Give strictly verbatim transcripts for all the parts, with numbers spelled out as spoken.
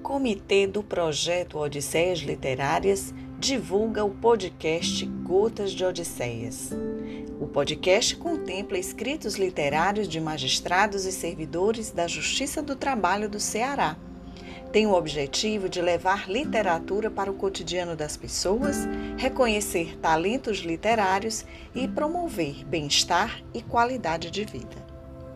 Comitê do Projeto Odisseias Literárias divulga o podcast Gotas de Odisseias. O podcast contempla escritos literários de magistrados e servidores da Justiça do Trabalho do Ceará. Tem o objetivo de levar literatura para o cotidiano das pessoas, reconhecer talentos literários e promover bem-estar e qualidade de vida.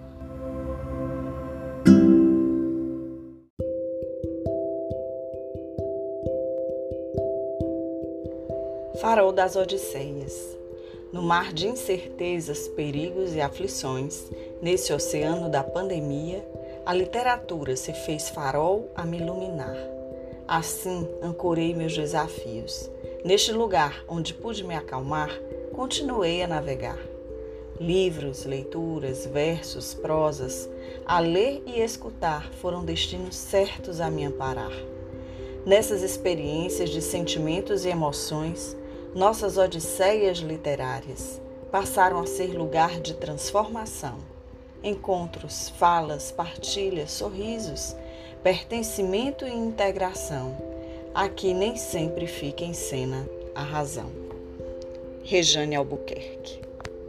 Farol das Odisseias. No mar de incertezas, perigos e aflições, nesse oceano da pandemia, a literatura se fez farol a me iluminar. Assim, ancorei meus desafios. Neste lugar onde pude me acalmar, continuei a navegar. Livros, leituras, versos, prosas, a ler e escutar foram destinos certos a me amparar. Nessas experiências de sentimentos e emoções, nossas odisseias literárias passaram a ser lugar de transformação. Encontros, falas, partilhas, sorrisos, pertencimento e integração. Aqui nem sempre fica em cena a razão. Rejane Albuquerque.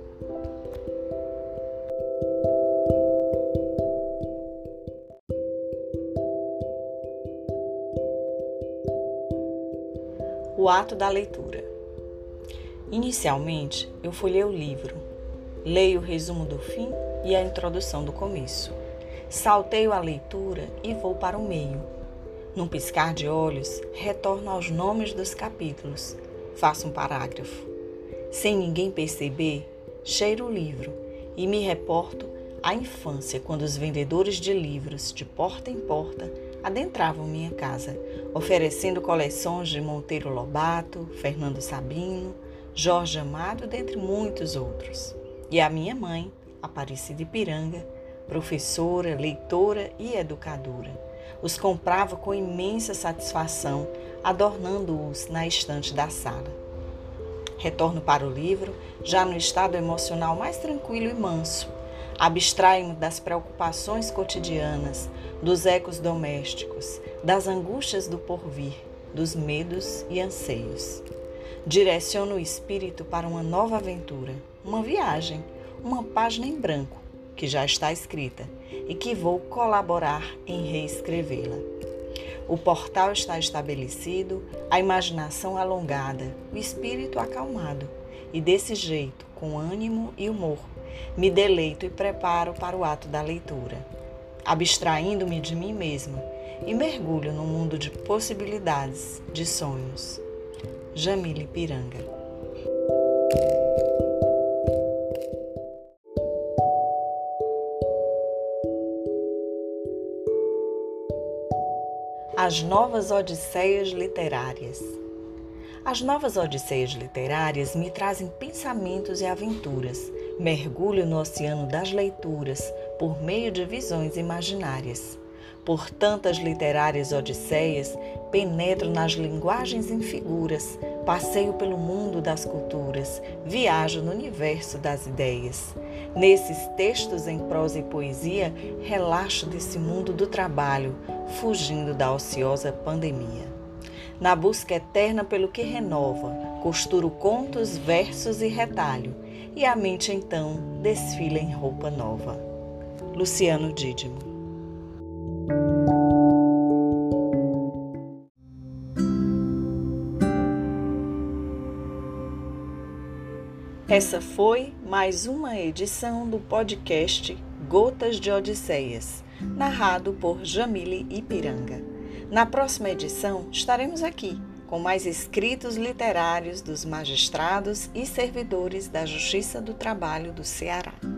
O ato da leitura. Inicialmente, eu folhei o livro, leio o resumo do fim e a introdução do começo. Salteio a leitura e vou para o meio. Num piscar de olhos, retorno aos nomes dos capítulos. Faço um parágrafo. Sem ninguém perceber, cheiro o livro e me reporto à infância, quando os vendedores de livros, de porta em porta, adentravam minha casa, oferecendo coleções de Monteiro Lobato, Fernando Sabino, Jorge Amado, dentre muitos outros. E a minha mãe, Aparecida Ipiranga, professora, leitora e educadora, os comprava com imensa satisfação, adornando-os na estante da sala. Retorno para o livro, já no estado emocional mais tranquilo e manso. Abstraio-me das preocupações cotidianas, dos ecos domésticos, das angústias do porvir, dos medos e anseios. Direciono o espírito para uma nova aventura, uma viagem, uma página em branco, que já está escrita e que vou colaborar em reescrevê-la. O portal está estabelecido, a imaginação alongada, o espírito acalmado, e desse jeito, com ânimo e humor, me deleito e preparo para o ato da leitura, abstraindo-me de mim mesma e mergulho num mundo de possibilidades, de sonhos. Jamile Ipiranga. As novas odisseias literárias. As novas odisseias literárias me trazem pensamentos e aventuras. Mergulho no oceano das leituras por meio de visões imaginárias. Por tantas literárias odisseias, penetro nas linguagens em figuras, passeio pelo mundo das culturas, viajo no universo das ideias. Nesses textos em prosa e poesia, relaxo desse mundo do trabalho, fugindo da ociosa pandemia. Na busca eterna pelo que renova, costuro contos, versos e retalho, e a mente então desfila em roupa nova. Luciano Dídimo. Essa foi mais uma edição do podcast Gotas de Odisseias, narrado por Jamile Ipiranga. Na próxima edição estaremos aqui com mais escritos literários dos magistrados e servidores da Justiça do Trabalho do Ceará.